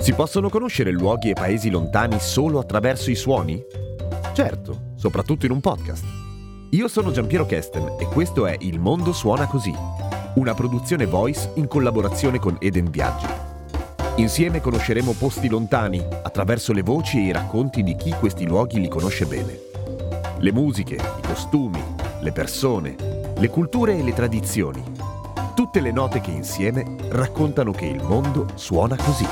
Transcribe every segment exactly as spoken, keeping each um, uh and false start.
Si possono conoscere luoghi e paesi lontani solo attraverso i suoni? Certo, soprattutto in un podcast. Io sono Giampiero Kesten e questo è Il Mondo Suona Così, una produzione Voice in collaborazione con Eden Viaggi. Insieme conosceremo posti lontani attraverso le voci e i racconti di chi questi luoghi li conosce bene. Le musiche, i costumi, le persone, le culture e le tradizioni. Tutte le note che insieme raccontano che il mondo suona così.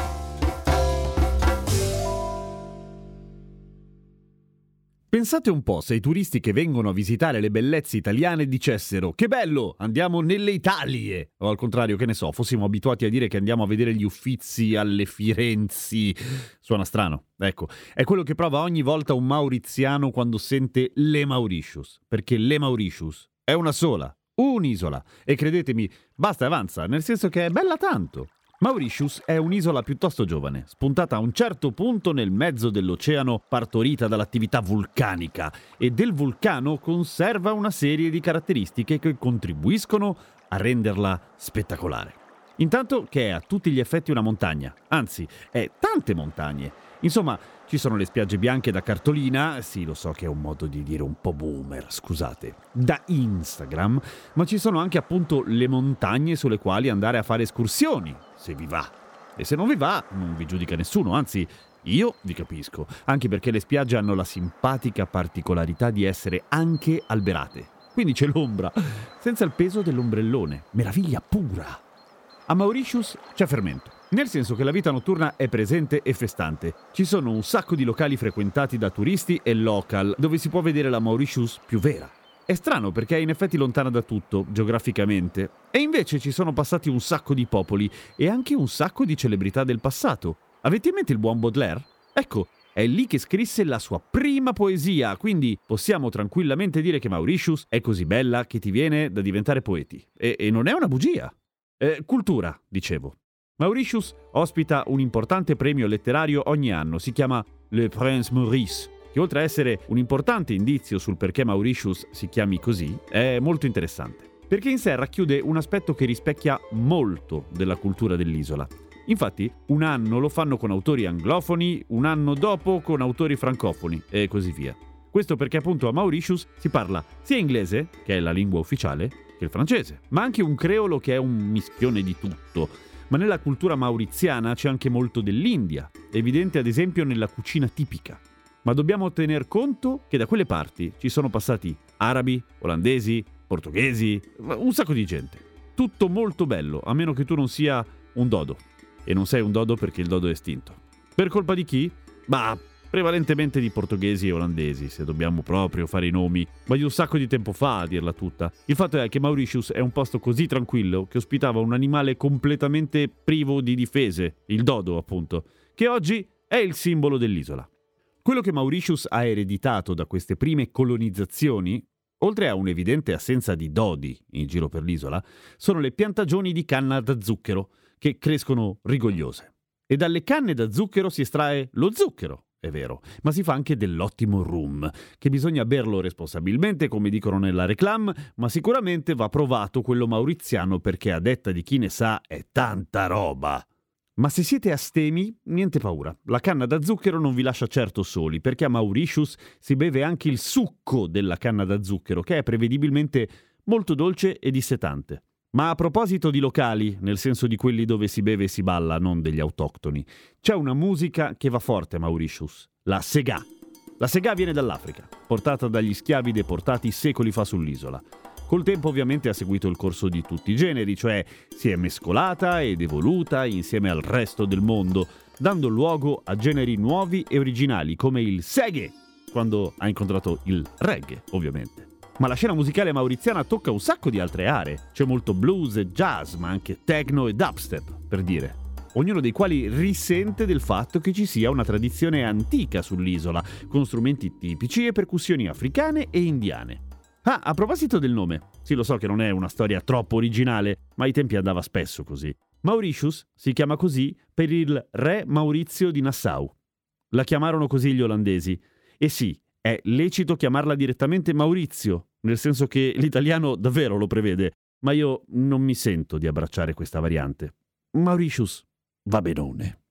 Pensate un po' se i turisti che vengono a visitare le bellezze italiane dicessero «Che bello, andiamo nelle Italie!» O al contrario, che ne so, fossimo abituati a dire che andiamo a vedere gli Uffizi alle Firenzi. Suona strano. Ecco, è quello che prova ogni volta un mauriziano quando sente le Mauritius, perché le Mauritius è una sola, un'isola. E credetemi, basta e avanza, nel senso che è bella tanto. Mauritius è un'isola piuttosto giovane, spuntata a un certo punto nel mezzo dell'oceano, partorita dall'attività vulcanica, e del vulcano conserva una serie di caratteristiche che contribuiscono a renderla spettacolare. Intanto che è a tutti gli effetti una montagna, anzi, è tante montagne. Insomma, ci sono le spiagge bianche da cartolina, sì, lo so che è un modo di dire un po' boomer, scusate, da Instagram, ma ci sono anche appunto le montagne sulle quali andare a fare escursioni, se vi va. E se non vi va, non vi giudica nessuno, anzi, io vi capisco, anche perché le spiagge hanno la simpatica particolarità di essere anche alberate. Quindi c'è l'ombra, senza il peso dell'ombrellone, meraviglia pura. A Mauritius c'è fermento, nel senso che la vita notturna è presente e festante. Ci sono un sacco di locali frequentati da turisti e local, dove si può vedere la Mauritius più vera. È strano perché è in effetti lontana da tutto, geograficamente, e invece ci sono passati un sacco di popoli e anche un sacco di celebrità del passato. Avete in mente il buon Baudelaire? Ecco, è lì che scrisse la sua prima poesia, quindi possiamo tranquillamente dire che Mauritius è così bella che ti viene da diventare poeti. E, e non è una bugia. Eh, cultura, dicevo. Mauritius ospita un importante premio letterario ogni anno, si chiama Le Prince Maurice, che oltre a essere un importante indizio sul perché Mauritius si chiami così, è molto interessante, perché in sé racchiude un aspetto che rispecchia molto della cultura dell'isola. Infatti, un anno lo fanno con autori anglofoni, un anno dopo con autori francofoni, e così via. Questo perché appunto a Mauritius si parla sia inglese, che è la lingua ufficiale, che il francese, ma anche un creolo che è un mischione di tutto. Ma nella cultura mauriziana c'è anche molto dell'India, evidente ad esempio nella cucina tipica. Ma dobbiamo tener conto che da quelle parti ci sono passati arabi, olandesi, portoghesi, un sacco di gente. Tutto molto bello, a meno che tu non sia un dodo. E non sei un dodo perché il dodo è estinto. Per colpa di chi? Bah, prevalentemente di portoghesi e olandesi, se dobbiamo proprio fare i nomi, ma di un sacco di tempo fa, a dirla tutta. Il fatto è che Mauritius è un posto così tranquillo che ospitava un animale completamente privo di difese, il dodo appunto, che oggi è il simbolo dell'isola. Quello che Mauritius ha ereditato da queste prime colonizzazioni, oltre a un'evidente assenza di dodi in giro per l'isola, sono le piantagioni di canna da zucchero, che crescono rigogliose. E dalle canne da zucchero si estrae lo zucchero. È vero, ma si fa anche dell'ottimo rum, che bisogna berlo responsabilmente, come dicono nella reclame, ma sicuramente va provato quello mauriziano perché a detta di chi ne sa è tanta roba. Ma se siete astemi, niente paura, la canna da zucchero non vi lascia certo soli, perché a Mauritius si beve anche il succo della canna da zucchero, che è prevedibilmente molto dolce e dissetante. Ma a proposito di locali, nel senso di quelli dove si beve e si balla, non degli autoctoni, c'è una musica che va forte a Mauritius, la Sega. La Sega viene dall'Africa, portata dagli schiavi deportati secoli fa sull'isola. Col tempo ovviamente ha seguito il corso di tutti i generi, cioè si è mescolata ed evoluta insieme al resto del mondo, dando luogo a generi nuovi e originali come il Seghe, quando ha incontrato il reggae, ovviamente. Ma la scena musicale mauriziana tocca un sacco di altre aree. C'è molto blues e jazz, ma anche techno e dubstep, per dire. Ognuno dei quali risente del fatto che ci sia una tradizione antica sull'isola, con strumenti tipici e percussioni africane e indiane. Ah, a proposito del nome, sì lo so che non è una storia troppo originale, ma ai tempi andava spesso così. Mauritius si chiama così per il re Maurizio di Nassau. La chiamarono così gli olandesi. E sì, è lecito chiamarla direttamente Maurizio, nel senso che l'italiano davvero lo prevede, ma io non mi sento di abbracciare questa variante. Mauritius va benone.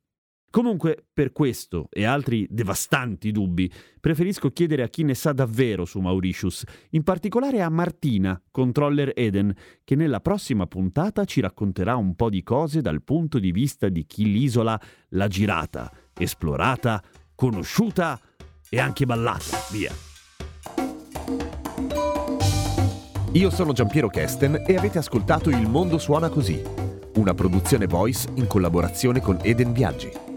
Comunque, per questo e altri devastanti dubbi, preferisco chiedere a chi ne sa davvero su Mauritius, in particolare a Martina, controller Eden, che nella prossima puntata ci racconterà un po' di cose dal punto di vista di chi l'isola l'ha girata, esplorata, conosciuta e anche ballata. Via. Io sono Giampiero Kesten e avete ascoltato Il Mondo Suona Così, una produzione Voice in collaborazione con Eden Viaggi.